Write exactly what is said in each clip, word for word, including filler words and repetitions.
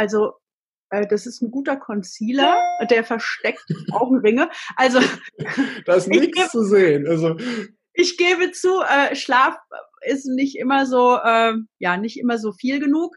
Also, äh, das ist ein guter Concealer, der versteckt Augenringe. Also, da ist nichts zu sehen. Also ich gebe zu, äh, Schlaf ist nicht immer so, äh, ja, nicht immer so viel genug.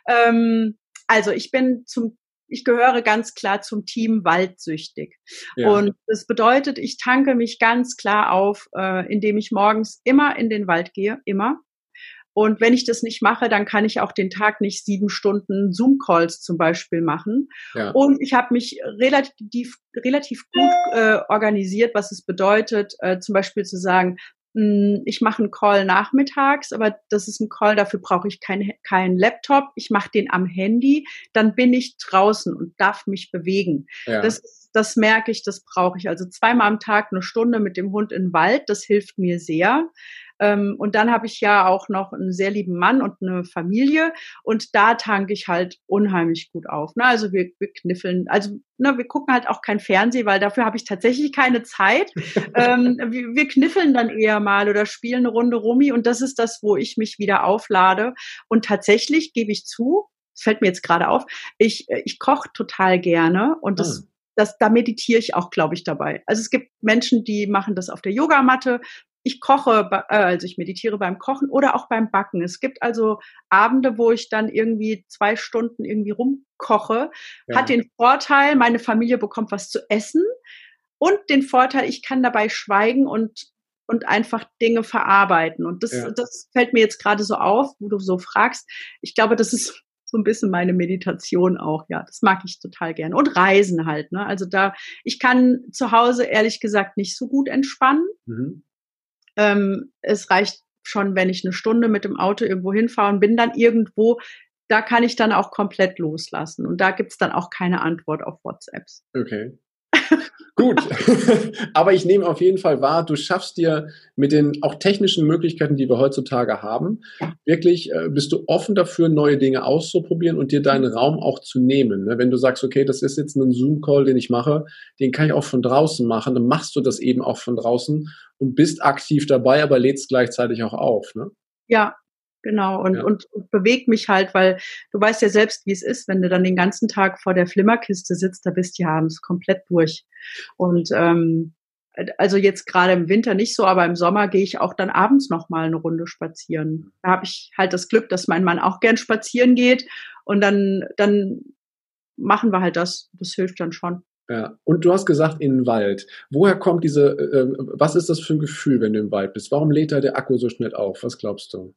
Ähm, also ich bin zum, ich gehöre ganz klar zum Team waldsüchtig. ja. Und das bedeutet, ich tanke mich ganz klar auf, äh, indem ich morgens immer in den Wald gehe, immer. Und wenn ich das nicht mache, dann kann ich auch den Tag nicht sieben Stunden Zoom-Calls zum Beispiel machen. Ja. Und ich habe mich relativ, relativ gut äh, organisiert, was es bedeutet, äh, zum Beispiel zu sagen, mh, ich mache einen Call nachmittags, aber das ist ein Call, dafür brauche ich keinen kein Laptop. Ich mache den am Handy, dann bin ich draußen und darf mich bewegen. Ja. Das, das merke ich, das brauche ich. Also zweimal am Tag eine Stunde mit dem Hund im Wald, das hilft mir sehr. Ähm, und dann habe ich ja auch noch einen sehr lieben Mann und eine Familie und da tanke ich halt unheimlich gut auf. Ne? Also wir, wir kniffeln, also ne, wir gucken halt auch kein Fernsehen, weil dafür habe ich tatsächlich keine Zeit. ähm, wir, wir kniffeln dann eher mal oder spielen eine Runde Rummi und das ist das, wo ich mich wieder auflade. Und tatsächlich gebe ich zu, das fällt mir jetzt gerade auf, ich, ich koche total gerne und das ah. Das, da meditiere ich auch, glaube ich, dabei. Also es gibt Menschen, die machen das auf der Yogamatte. Ich koche, also ich meditiere beim Kochen oder auch beim Backen. Es gibt also Abende, wo ich dann irgendwie zwei Stunden irgendwie rumkoche. Ja. Hat den Vorteil, meine Familie bekommt was zu essen und den Vorteil, ich kann dabei schweigen und und einfach Dinge verarbeiten. Und das, ja. das fällt mir jetzt gerade so auf, wo du so fragst. Ich glaube, das ist so ein bisschen meine Meditation auch, ja, das mag ich total gerne. Und Reisen halt, ne, also da, ich kann zu Hause ehrlich gesagt nicht so gut entspannen. Mhm. Ähm, es reicht schon, wenn ich eine Stunde mit dem Auto irgendwo hinfahre und bin dann irgendwo, da kann ich dann auch komplett loslassen. Und da gibt's dann auch keine Antwort auf WhatsApps. Okay. Gut, aber ich nehme auf jeden Fall wahr, du schaffst dir mit den auch technischen Möglichkeiten, die wir heutzutage haben, wirklich äh, bist du offen dafür, neue Dinge auszuprobieren und dir deinen Raum auch zu nehmen. Ne? Wenn du sagst, okay, das ist jetzt ein Zoom-Call, den ich mache, den kann ich auch von draußen machen, dann machst du das eben auch von draußen und bist aktiv dabei, aber lädst gleichzeitig auch auf. Ne? Ja, genau. Und, ja. und, und bewegt mich halt, weil du weißt ja selbst, wie es ist, wenn du dann den ganzen Tag vor der Flimmerkiste sitzt, da bist du ja abends komplett durch. Und ähm, also jetzt gerade im Winter nicht so, aber im Sommer gehe ich auch dann abends noch mal eine Runde spazieren. Da habe ich halt das Glück, dass mein Mann auch gern spazieren geht und dann, dann machen wir halt das. Das hilft dann schon. Ja, und du hast gesagt, in den Wald. Woher kommt diese, äh, was ist das für ein Gefühl, wenn du im Wald bist? Warum lädt da der Akku so schnell auf? Was glaubst du?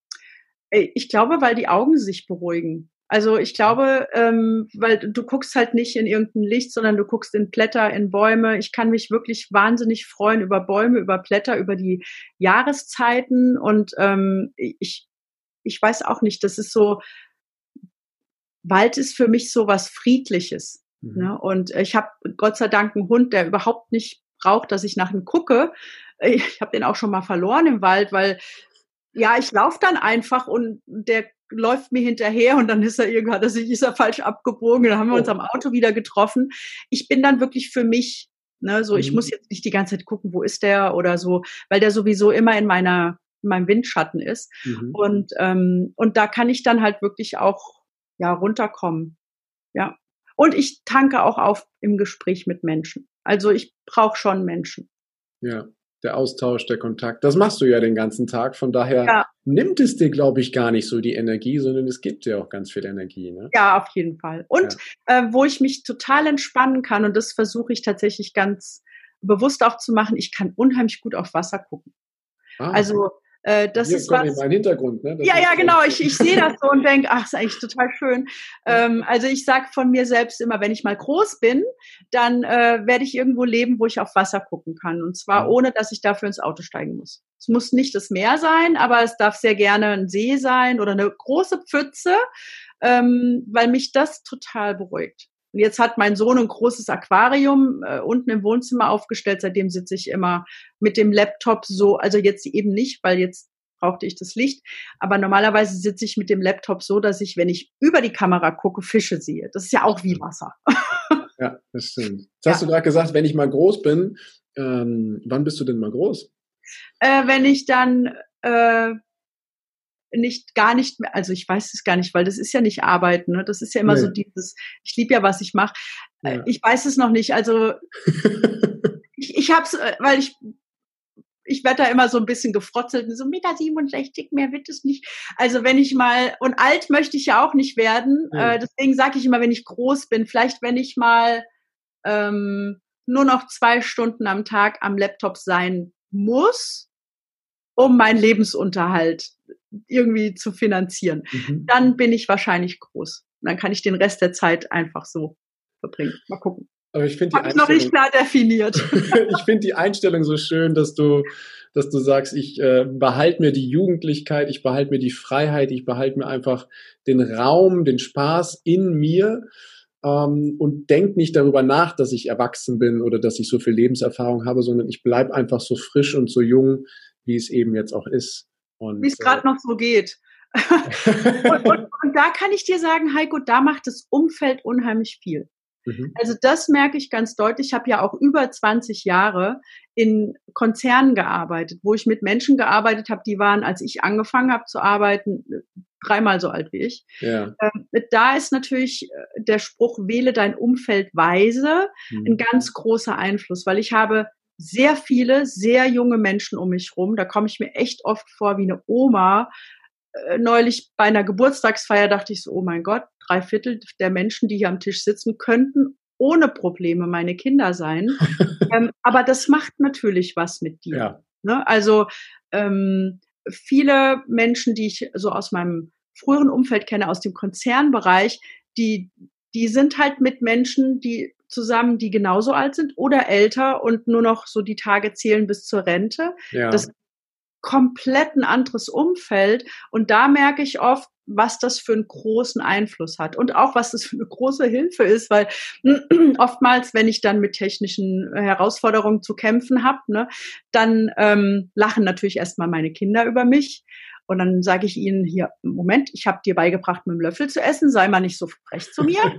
Ich glaube, weil die Augen sich beruhigen. Also ich glaube, ähm, weil du guckst halt nicht in irgendein Licht, sondern du guckst in Blätter, in Bäume. Ich kann mich wirklich wahnsinnig freuen über Bäume, über Blätter, über die Jahreszeiten. Und ähm, ich, ich weiß auch nicht, das ist so, Wald ist für mich so was Friedliches. Mhm. Ne? Und ich habe Gott sei Dank einen Hund, der überhaupt nicht braucht, dass ich nach ihm gucke. Ich habe den auch schon mal verloren im Wald, weil ja, ich laufe dann einfach und der läuft mir hinterher und dann ist er irgendwann, dass ich ist er falsch abgebogen, dann haben wir uns am Auto wieder getroffen. Ich bin dann wirklich für mich, ne, so, ich muss jetzt nicht die ganze Zeit gucken, wo ist der oder so, weil der sowieso immer in meiner, in meinem Windschatten ist. Mhm. Und, ähm, und da kann ich dann halt wirklich auch, ja, runterkommen. Ja. Und ich tanke auch auf im Gespräch mit Menschen. Also ich brauche schon Menschen. Ja. Der Austausch, der Kontakt, das machst du ja den ganzen Tag. Von daher ja. nimmt es dir, glaube ich, gar nicht so die Energie, sondern es gibt dir auch ganz viel Energie. Ne? Ja, auf jeden Fall. Und ja. äh, wo ich mich total entspannen kann, und das versuche ich tatsächlich ganz bewusst auch zu machen, ich kann unheimlich gut auf Wasser gucken. Ah. Also äh, das Hier ist kommt was. in meinen Hintergrund, ne? Das ja, ja, genau. Ich, ich sehe das so und denke, ach, ist eigentlich total schön. Ähm, also ich sage von mir selbst immer, wenn ich mal groß bin, dann äh, werde ich irgendwo leben, wo ich auf Wasser gucken kann. Und zwar mhm. ohne, dass ich dafür ins Auto steigen muss. Es muss nicht das Meer sein, aber es darf sehr gerne ein See sein oder eine große Pfütze, ähm, weil mich das total beruhigt. Und jetzt hat mein Sohn ein großes Aquarium äh, unten im Wohnzimmer aufgestellt. Seitdem sitze ich immer mit dem Laptop so, also jetzt eben nicht, weil jetzt brauchte ich das Licht. Aber normalerweise sitze ich mit dem Laptop so, dass ich, wenn ich über die Kamera gucke, Fische sehe. Das ist ja auch wie Wasser. Ja, das stimmt. Jetzt ja. hast du gerade gesagt, wenn ich mal groß bin, ähm, wann bist du denn mal groß? Äh, wenn ich dann, äh, nicht, gar nicht mehr, also ich weiß es gar nicht, weil das ist ja nicht Arbeiten, ne? Das ist ja immer nee. so dieses, ich liebe ja, was ich mache. Ja. Ich weiß es noch nicht, also ich, ich hab's, weil ich Ich werde da immer so ein bisschen gefrotzelt, so Meter siebenundsechzig, mehr wird es nicht. Also wenn ich mal, und alt möchte ich ja auch nicht werden, ja. äh, deswegen sage ich immer, wenn ich groß bin, vielleicht wenn ich mal ähm, nur noch zwei Stunden am Tag am Laptop sein muss, um meinen Lebensunterhalt irgendwie zu finanzieren, mhm. dann bin ich wahrscheinlich groß. Dann kann ich den Rest der Zeit einfach so verbringen. Mal gucken. Aber ich finde die Einstellung noch nicht klar definiert. Ich finde die Einstellung so schön, dass du, dass du sagst, ich äh, behalte mir die Jugendlichkeit, ich behalte mir die Freiheit, ich behalte mir einfach den Raum, den Spaß in mir ähm, und denk nicht darüber nach, dass ich erwachsen bin oder dass ich so viel Lebenserfahrung habe, sondern ich bleib einfach so frisch und so jung, wie es eben jetzt auch ist. Wie es gerade äh, noch so geht. und, und, und da kann ich dir sagen, Heiko, da macht das Umfeld unheimlich viel. Also das merke ich ganz deutlich. Ich habe ja auch über zwanzig Jahre in Konzernen gearbeitet, wo ich mit Menschen gearbeitet habe, die waren, als ich angefangen habe zu arbeiten, dreimal so alt wie ich. Ja. Ähm, da ist natürlich der Spruch, wähle dein Umfeld weise, mhm. ein ganz großer Einfluss, weil ich habe sehr viele, sehr junge Menschen um mich rum. Da komme ich mir echt oft vor wie eine Oma. Neulich bei einer Geburtstagsfeier dachte ich so, oh mein Gott, drei Viertel der Menschen, die hier am Tisch sitzen, könnten ohne Probleme meine Kinder sein. ähm, aber das macht natürlich was mit dir. Ja. Ne? Also ähm, viele Menschen, die ich so aus meinem früheren Umfeld kenne, aus dem Konzernbereich, die, die sind halt mit Menschen, die zusammen, die genauso alt sind oder älter und nur noch so die Tage zählen bis zur Rente. Ja. Das komplett ein anderes Umfeld. Und da merke ich oft, was das für einen großen Einfluss hat und auch, was das für eine große Hilfe ist, weil oftmals, wenn ich dann mit technischen Herausforderungen zu kämpfen habe, ne, dann ähm, lachen natürlich erstmal meine Kinder über mich. Und dann sage ich ihnen hier, Moment, ich habe dir beigebracht, mit dem Löffel zu essen, sei mal nicht so frech zu mir.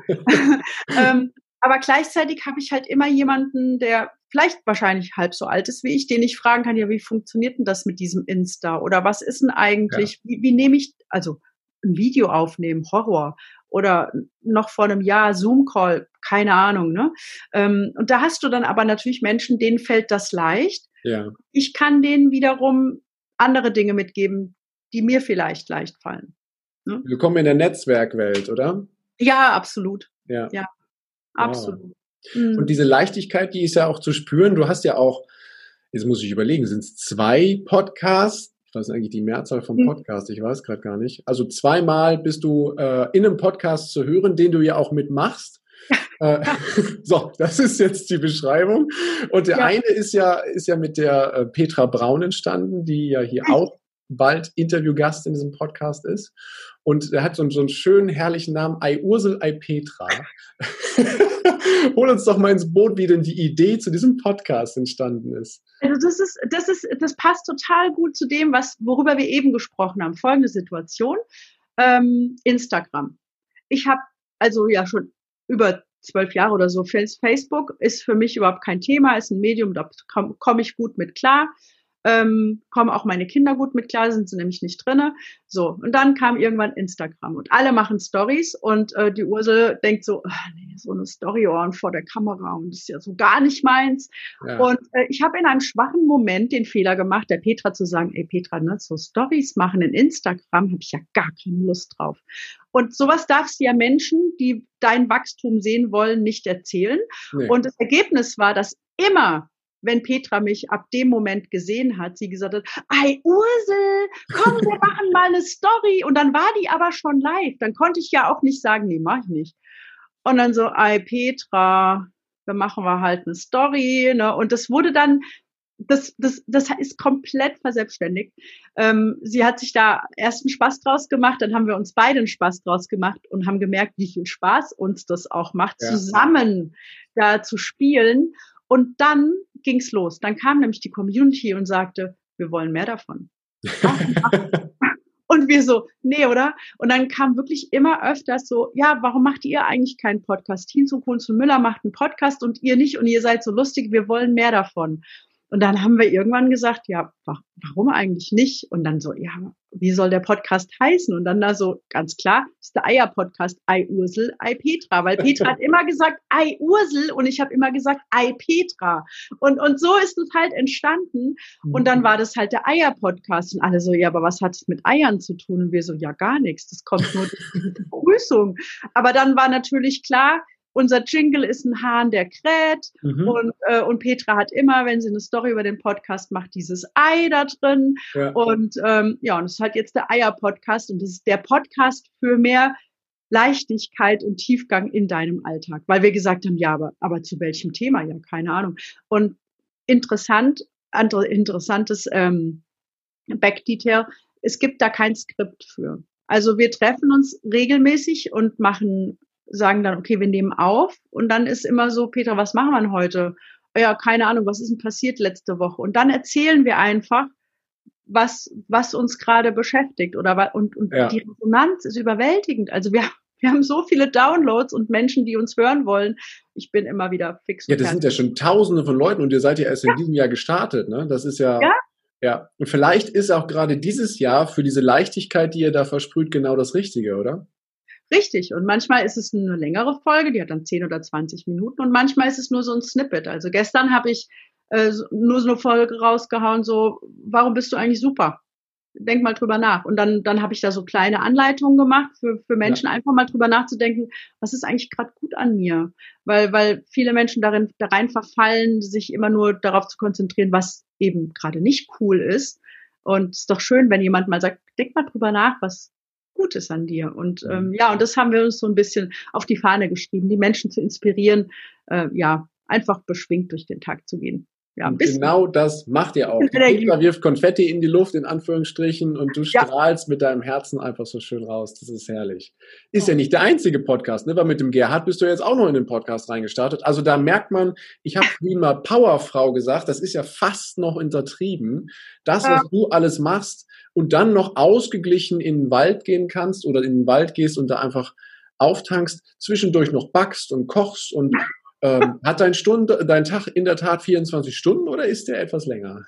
ähm, aber gleichzeitig habe ich halt immer jemanden, der vielleicht wahrscheinlich halb so alt ist wie ich, den ich fragen kann, ja, wie funktioniert denn das mit diesem Insta? Oder was ist denn eigentlich, ja. wie, wie nehme ich, also ein Video aufnehmen, Horror. Oder noch vor einem Jahr Zoom-Call, keine Ahnung, ne? Ähm, und da hast du dann aber natürlich Menschen, denen fällt das leicht. Ja. Ich kann denen wiederum andere Dinge mitgeben, die mir vielleicht leicht fallen. Ne? Willkommen in der Netzwerkwelt, oder? Ja, absolut. Ja, ja absolut. Wow. Und diese Leichtigkeit, die ist ja auch zu spüren. Du hast ja auch, jetzt muss ich überlegen, sind es zwei Podcasts? Was ist eigentlich die Mehrzahl vom Podcast? Ich weiß gerade gar nicht. Also zweimal bist du äh, in einem Podcast zu hören, den du ja auch mitmachst. äh, so, das ist jetzt die Beschreibung. Und der ja. eine ist ja, ist ja mit der äh, Petra Braun entstanden, die ja hier auch bald Interviewgast in diesem Podcast ist. Und er hat so, so einen schönen, herrlichen Namen, Ei Ursel, Ei Petra. Hol uns doch mal ins Boot, wie denn die Idee zu diesem Podcast entstanden ist. Also das ist, das ist, das passt total gut zu dem, was, worüber wir eben gesprochen haben. Folgende Situation. Ähm, Instagram. Ich habe also ja schon über zwölf Jahre oder so Facebook, ist für mich überhaupt kein Thema, ist ein Medium, da komme komm ich gut mit klar. Ähm, kommen auch meine Kinder gut mit klar, sind sie nämlich nicht drinne. So, und dann kam irgendwann Instagram und alle machen Stories und äh, die Ursel denkt so, ach nee, so eine Story-Ohren vor der Kamera und das ist ja so gar nicht meins. Ja. Und äh, ich habe in einem schwachen Moment den Fehler gemacht, der Petra zu sagen, ey Petra, ne, so Stories machen in Instagram, habe ich ja gar keine Lust drauf. Und sowas darfst du ja Menschen, die dein Wachstum sehen wollen, nicht erzählen. Nee. Und das Ergebnis war, dass immer, wenn Petra mich ab dem Moment gesehen hat, sie gesagt hat, ei Ursel, komm, wir machen mal eine Story. Und dann war die aber schon live. Dann konnte ich ja auch nicht sagen, nee, mach ich nicht. Und dann so, ei Petra, dann machen wir halt eine Story. Ne? Und das wurde dann, das, das, das ist komplett verselbstständigt. Ähm, sie hat sich da erst einen Spaß draus gemacht, dann haben wir uns beide einen Spaß draus gemacht und haben gemerkt, wie viel Spaß uns das auch macht, ja. zusammen da zu spielen. Und dann ging's los. Dann kam nämlich die Community und sagte, wir wollen mehr davon. Und wir so, nee, oder? Und dann kam wirklich immer öfters so, ja, warum macht ihr eigentlich keinen Podcast? Hinz und Kunz und Müller macht einen Podcast und ihr nicht und ihr seid so lustig, wir wollen mehr davon. Und dann haben wir irgendwann gesagt, ja, warum eigentlich nicht? Und dann so, ja, wie soll der Podcast heißen? Und dann da so, ganz klar, das ist der Eier-Podcast, Ei Ursel, Ei Petra. Weil Petra hat immer gesagt, Ei Ursel und ich habe immer gesagt, Ei Petra. Und, und so ist es halt entstanden. Und dann war das halt der Eier-Podcast. Und alle so, ja, aber was hat es mit Eiern zu tun? Und wir so, ja, gar nichts. Das kommt nur durch die Begrüßung. Aber dann war natürlich klar, unser Jingle ist ein Hahn, der kräht. Mhm. Und, äh, und Petra hat immer, wenn sie eine Story über den Podcast macht, dieses Ei da drin. Ja. Und ähm, ja, und es ist halt jetzt der Eier-Podcast. Und das ist der Podcast für mehr Leichtigkeit und Tiefgang in deinem Alltag. Weil wir gesagt haben, ja, aber, aber zu welchem Thema? Ja, keine Ahnung. Und interessant, andere, interessantes ähm, Backdetail, es gibt da kein Skript für. Also wir treffen uns regelmäßig und machen sagen dann, okay, wir nehmen auf und dann ist immer so, Petra, was machen wir denn heute? Ja, keine Ahnung, was ist denn passiert letzte Woche? Und dann erzählen wir einfach, was, was uns gerade beschäftigt oder und, und ja. Die Resonanz ist überwältigend. Also wir, wir haben so viele Downloads und Menschen, die uns hören wollen. Ich bin immer wieder fix. Ja, das sind ja schon Tausende von Leuten und ihr seid ja erst ja. in diesem Jahr gestartet, ne? Das ist ja, ja. Ja. Und vielleicht ist auch gerade dieses Jahr für diese Leichtigkeit, die ihr da versprüht, genau das Richtige, oder? Richtig. Und manchmal ist es eine längere Folge, die hat dann zehn oder zwanzig Minuten und manchmal ist es nur so ein Snippet. Also gestern habe ich äh, nur so eine Folge rausgehauen, so, warum bist du eigentlich super? Denk mal drüber nach. Und dann, dann habe ich da so kleine Anleitungen gemacht für, für Menschen, ja. einfach mal drüber nachzudenken, was ist eigentlich gerade gut an mir? Weil, weil viele Menschen darin, da rein verfallen, sich immer nur darauf zu konzentrieren, was eben gerade nicht cool ist. Und es ist doch schön, wenn jemand mal sagt, denk mal drüber nach, was Gutes an dir. Und ähm, ja, und das haben wir uns so ein bisschen auf die Fahne geschrieben, die Menschen zu inspirieren, äh, ja, einfach beschwingt durch den Tag zu gehen. Ja, ein bisschen. Genau das macht ihr auch. Die Petra wirft Konfetti in die Luft, in Anführungsstrichen, und du ja. strahlst mit deinem Herzen einfach so schön raus. Das ist herrlich. Ist ja, ja nicht der einzige Podcast, ne? Weil mit dem Gerhard bist du jetzt auch noch in den Podcast reingestartet. Also da merkt man, ich habe vorhin mal Powerfrau gesagt, das ist ja fast noch untertrieben. Das, was ja. du alles machst und dann noch ausgeglichen in den Wald gehen kannst oder in den Wald gehst und da einfach auftankst, zwischendurch noch backst und kochst und Ähm, hat dein, Stunde, dein Tag in der Tat vierundzwanzig Stunden oder ist der etwas länger?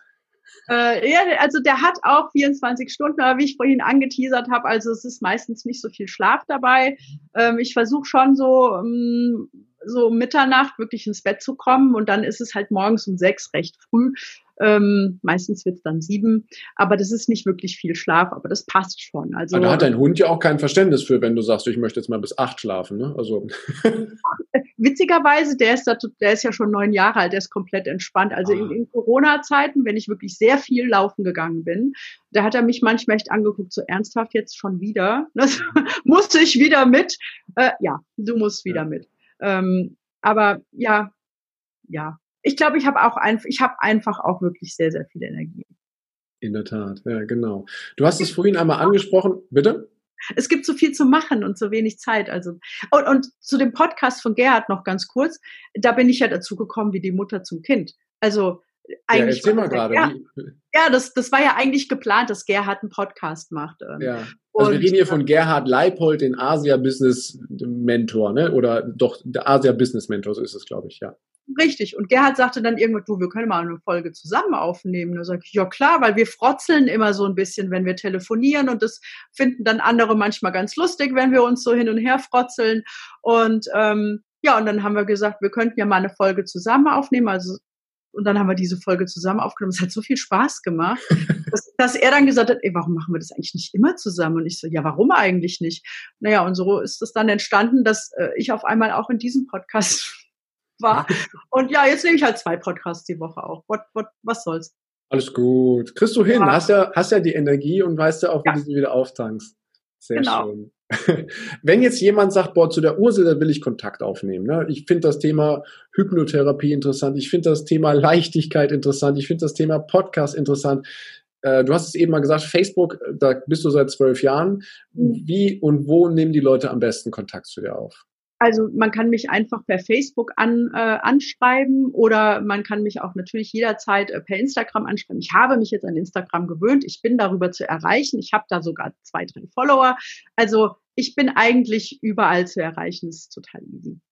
Äh, ja, also der hat auch vierundzwanzig Stunden, aber wie ich vorhin angeteasert habe, also es ist meistens nicht so viel Schlaf dabei. Ähm, ich versuche schon so, ähm, so um Mitternacht wirklich ins Bett zu kommen und dann ist es halt morgens um sechs recht früh. Ähm, meistens wird es dann sieben, aber das ist nicht wirklich viel Schlaf, aber das passt schon. Also aber da hat dein Hund ja auch kein Verständnis für, wenn du sagst, ich möchte jetzt mal bis acht schlafen, ne? Also witzigerweise, der ist da, der ist ja schon neun Jahre alt, der ist komplett entspannt. Also ah. in, in Corona-Zeiten, wenn ich wirklich sehr viel laufen gegangen bin, da hat er mich manchmal echt angeguckt, so ernsthaft jetzt schon wieder. Das musste ich wieder mit. Äh, ja, du musst wieder ja. mit. Ähm, aber ja, ja. Ich glaube, ich habe auch einfach, ich habe einfach auch wirklich sehr, sehr viel Energie. In der Tat, ja, genau. Du hast es vorhin einmal angesprochen, bitte? Es gibt so viel zu machen und so wenig Zeit. Also und, und zu dem Podcast von Gerhard noch ganz kurz. Da bin ich ja dazu gekommen wie die Mutter zum Kind. Also eigentlich. Ja, erzähl mal gerade. Ja, ja, das, das war ja eigentlich geplant, dass Gerhard einen Podcast macht. Ja. Also und, wir reden hier von Gerhard Leipold, den Asia-Business-Mentor, ne? Oder doch, der Asia-Business-Mentor, so ist es, glaube ich, ja. Richtig. Und Gerhard sagte dann irgendwann, du, wir können mal eine Folge zusammen aufnehmen. Da sage ich, ja klar, weil wir frotzeln immer so ein bisschen, wenn wir telefonieren und das finden dann andere manchmal ganz lustig, wenn wir uns so hin und her frotzeln. Und ähm, ja, und dann haben wir gesagt, wir könnten ja mal eine Folge zusammen aufnehmen. Also und dann haben wir diese Folge zusammen aufgenommen. Es hat so viel Spaß gemacht, dass, dass er dann gesagt hat, ey, warum machen wir das eigentlich nicht immer zusammen? Und ich so, ja, warum eigentlich nicht? Naja, und so ist es dann entstanden, dass äh, ich auf einmal auch in diesem Podcast war. Und ja, jetzt nehme ich halt zwei Podcasts die Woche auf. What, what, was soll's? Alles gut. Kriegst du hin. Ja. Hast ja, hast ja die Energie und weißt ja auch, wie ja. du sie wieder auftankst. Sehr genau. schön. Wenn jetzt jemand sagt, boah, zu der Ursel, da will ich Kontakt aufnehmen. Ne? Ich finde das Thema Hypnotherapie interessant. Ich finde das Thema Leichtigkeit interessant. Ich finde das Thema Podcast interessant. Äh, du hast es eben mal gesagt, Facebook, da bist du seit zwölf Jahren. Mhm. Wie und wo nehmen die Leute am besten Kontakt zu dir auf? Also man kann mich einfach per Facebook an, äh, anschreiben oder man kann mich auch natürlich jederzeit äh, per Instagram anschreiben. Ich habe mich jetzt an Instagram gewöhnt. Ich bin darüber zu erreichen. Ich habe da sogar zwei, drei Follower. Also ich bin eigentlich überall zu erreichen. Das ist total easy. Ja.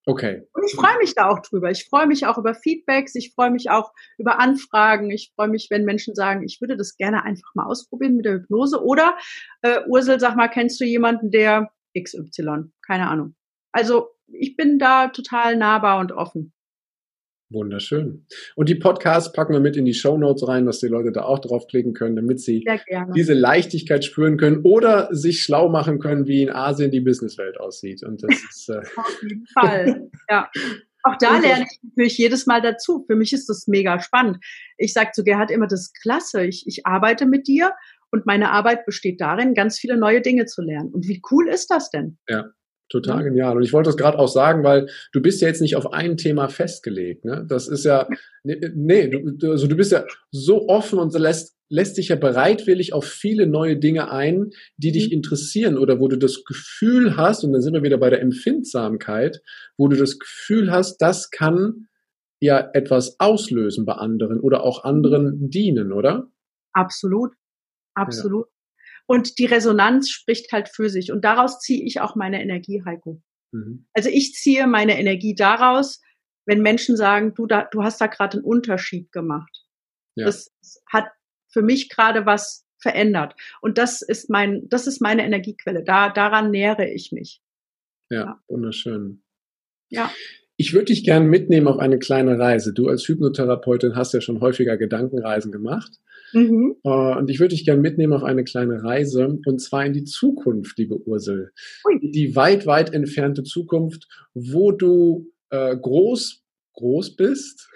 Okay. Und ich freue mich da auch drüber. Ich freue mich auch über Feedbacks. Ich freue mich auch über Anfragen. Ich freue mich, wenn Menschen sagen, ich würde das gerne einfach mal ausprobieren mit der Hypnose. Oder, äh, Ursel, sag mal, kennst du jemanden, der X Y? Keine Ahnung. Also, ich bin da total nahbar und offen. Wunderschön. Und die Podcasts packen wir mit in die Shownotes rein, dass die Leute da auch draufklicken können, damit sie diese Leichtigkeit spüren können oder sich schlau machen können, wie in Asien die Businesswelt aussieht. Und das ist äh auf jeden Fall. Ja. Auch da lerne ich natürlich jedes Mal dazu. Für mich ist das mega spannend. Ich sage zu Gerhard immer, das ist klasse. Ich, ich arbeite mit dir und meine Arbeit besteht darin, ganz viele neue Dinge zu lernen. Und wie cool ist das denn? Ja. Total ja. Genial. Und ich wollte das gerade auch sagen, weil du bist ja jetzt nicht auf ein Thema festgelegt. Ne? Das ist ja, nee, du, also du bist ja so offen und lässt, lässt dich ja bereitwillig auf viele neue Dinge ein, die dich interessieren oder wo du das Gefühl hast, und dann sind wir wieder bei der Empfindsamkeit, wo du das Gefühl hast, das kann ja etwas auslösen bei anderen oder auch anderen dienen, oder? Absolut. Absolut. Ja. Und die Resonanz spricht halt für sich. Und daraus ziehe ich auch meine Energie, Heiko. Mhm. Also ich ziehe meine Energie daraus, wenn Menschen sagen, du, da, du hast da gerade einen Unterschied gemacht. Ja. Das hat für mich gerade was verändert. Und das ist mein, das ist meine Energiequelle. Da, daran nähere ich mich. Ja, ja. Wunderschön. Ja. Ich würde dich gerne mitnehmen auf eine kleine Reise. Du als Hypnotherapeutin hast ja schon häufiger Gedankenreisen gemacht. Mhm. Und ich würde dich gerne mitnehmen auf eine kleine Reise, und zwar in die Zukunft, liebe Ursel. Ui. Die weit, weit entfernte Zukunft, wo du äh, groß, groß bist.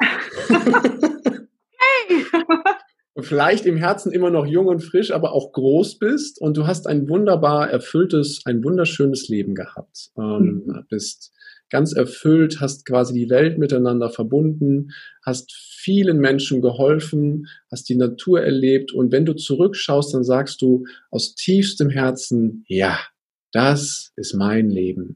Hey! Vielleicht im Herzen immer noch jung und frisch, aber auch groß bist, und du hast ein wunderbar erfülltes, ein wunderschönes Leben gehabt. Ähm, mhm. Bist ganz erfüllt, hast quasi die Welt miteinander verbunden, hast vielen Menschen geholfen, hast die Natur erlebt, und wenn du zurückschaust, dann sagst du aus tiefstem Herzen, ja, das ist mein Leben.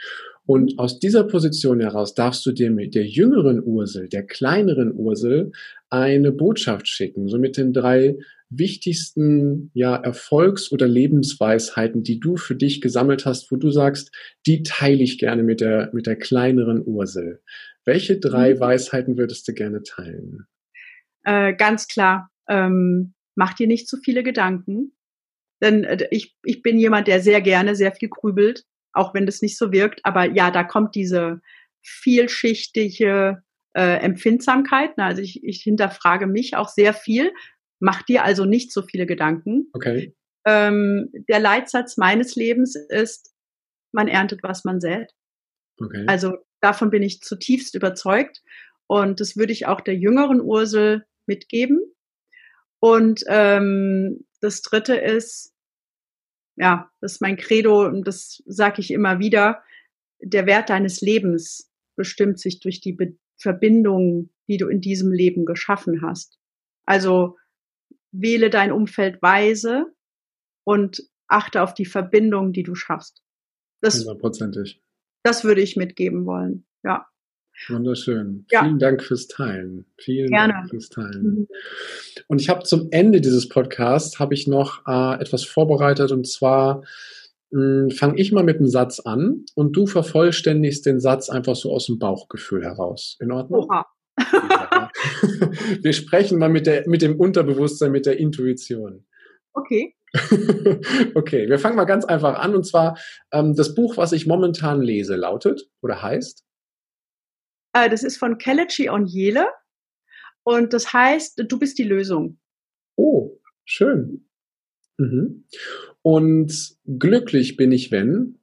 Und aus dieser Position heraus darfst du dir mit der jüngeren Ursel, der kleineren Ursel, eine Botschaft schicken, so mit den drei wichtigsten ja, Erfolgs- oder Lebensweisheiten, die du für dich gesammelt hast, wo du sagst, die teile ich gerne mit der, mit der kleineren Ursel. Welche drei mhm. Weisheiten würdest du gerne teilen? Äh, ganz klar, ähm, mach dir nicht zu viele Gedanken, denn äh, ich, ich bin jemand, der sehr gerne sehr viel grübelt, auch wenn das nicht so wirkt, aber ja, da kommt diese vielschichtige äh, Empfindsamkeit. Na, also ich, ich hinterfrage mich auch sehr viel. Mach dir also nicht so viele Gedanken. Okay. Ähm, der Leitsatz meines Lebens ist, man erntet, was man sät. Okay. Also davon bin ich zutiefst überzeugt, und das würde ich auch der jüngeren Ursel mitgeben. Und ähm, das Dritte ist, ja, das ist mein Credo, und das sage ich immer wieder, der Wert deines Lebens bestimmt sich durch die Be- Verbindungen, die du in diesem Leben geschaffen hast. Also wähle dein Umfeld weise und achte auf die Verbindungen, die du schaffst. Das, hundertprozentig. Das würde ich mitgeben wollen, ja. Wunderschön. Ja. Vielen Dank fürs Teilen. Vielen Gerne. Dank fürs Teilen. Mhm. Und ich habe zum Ende dieses Podcasts habe ich noch äh, etwas vorbereitet, und zwar fange ich mal mit einem Satz an, und du vervollständigst den Satz einfach so aus dem Bauchgefühl heraus. In Ordnung? Oha. Ja. Wir sprechen mal mit, der, mit dem Unterbewusstsein, mit der Intuition. Okay. Okay, wir fangen mal ganz einfach an, und zwar ähm, das Buch, was ich momentan lese, lautet oder heißt? Äh, das ist von Kelechi Onyele, und das heißt, du bist die Lösung. Oh, schön. Mhm. Und glücklich bin ich, wenn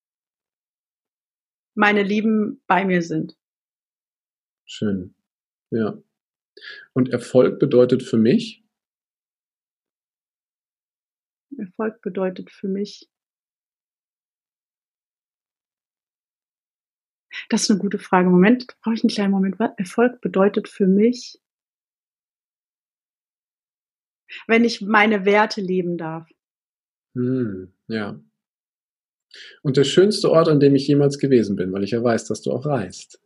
meine Lieben bei mir sind. Schön. Ja. Und Erfolg bedeutet für mich? Erfolg bedeutet für mich. Das ist eine gute Frage. Moment, brauche ich einen kleinen Moment. Was? Erfolg bedeutet für mich, wenn ich meine Werte leben darf. Hm, ja. Und der schönste Ort, an dem ich jemals gewesen bin, weil ich ja weiß, dass du auch reist.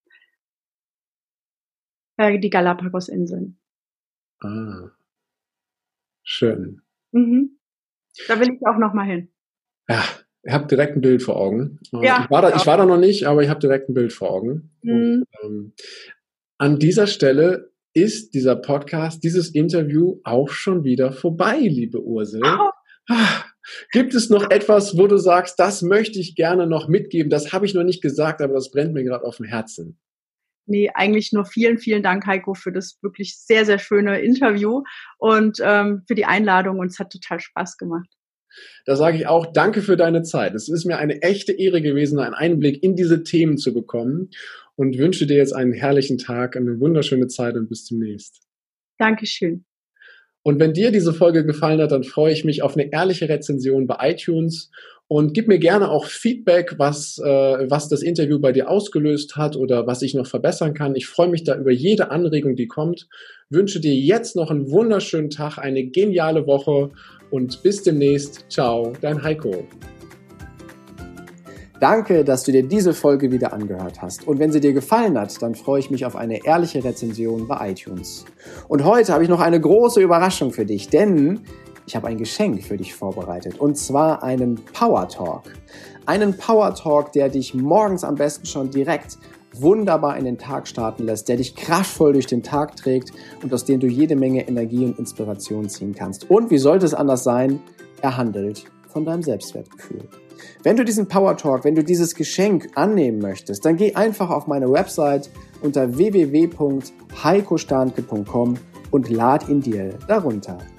Äh, die Galapagos-Inseln. Ah, schön. Mhm. Da will ich auch noch mal hin. Ja, Ich habe direkt ein Bild vor Augen. Ja, ich, war da, ich war da noch nicht, aber ich habe direkt ein Bild vor Augen. Mhm. Und, ähm, an dieser Stelle ist dieser Podcast, dieses Interview auch schon wieder vorbei, liebe Ursel. Oh. Gibt es noch etwas, wo du sagst, das möchte ich gerne noch mitgeben? Das habe ich noch nicht gesagt, aber das brennt mir gerade auf dem Herzen. Nee, eigentlich nur vielen, vielen Dank, Heiko, für das wirklich sehr, sehr schöne Interview und ähm, für die Einladung. Und es hat total Spaß gemacht. Da sage ich auch danke für deine Zeit. Es ist mir eine echte Ehre gewesen, einen Einblick in diese Themen zu bekommen und wünsche dir jetzt einen herrlichen Tag, eine wunderschöne Zeit und bis demnächst. Dankeschön. Und wenn dir diese Folge gefallen hat, dann freue ich mich auf eine ehrliche Rezension bei iTunes und gib mir gerne auch Feedback, was, äh, was das Interview bei dir ausgelöst hat oder was ich noch verbessern kann. Ich freue mich da über jede Anregung, die kommt. Wünsche dir jetzt noch einen wunderschönen Tag, eine geniale Woche und bis demnächst. Ciao, dein Heiko. Danke, dass du dir diese Folge wieder angehört hast. Und wenn sie dir gefallen hat, dann freue ich mich auf eine ehrliche Rezension bei iTunes. Und heute habe ich noch eine große Überraschung für dich, denn ich habe ein Geschenk für dich vorbereitet. Und zwar einen Power Talk. Einen Power Talk, der dich morgens am besten schon direkt wunderbar in den Tag starten lässt, der dich kraftvoll durch den Tag trägt und aus dem du jede Menge Energie und Inspiration ziehen kannst. Und wie sollte es anders sein? Er handelt von deinem Selbstwertgefühl. Wenn du diesen Power Talk, wenn du dieses Geschenk annehmen möchtest, dann geh einfach auf meine Website unter w w w punkt heiko starnke punkt com und lad ihn dir darunter.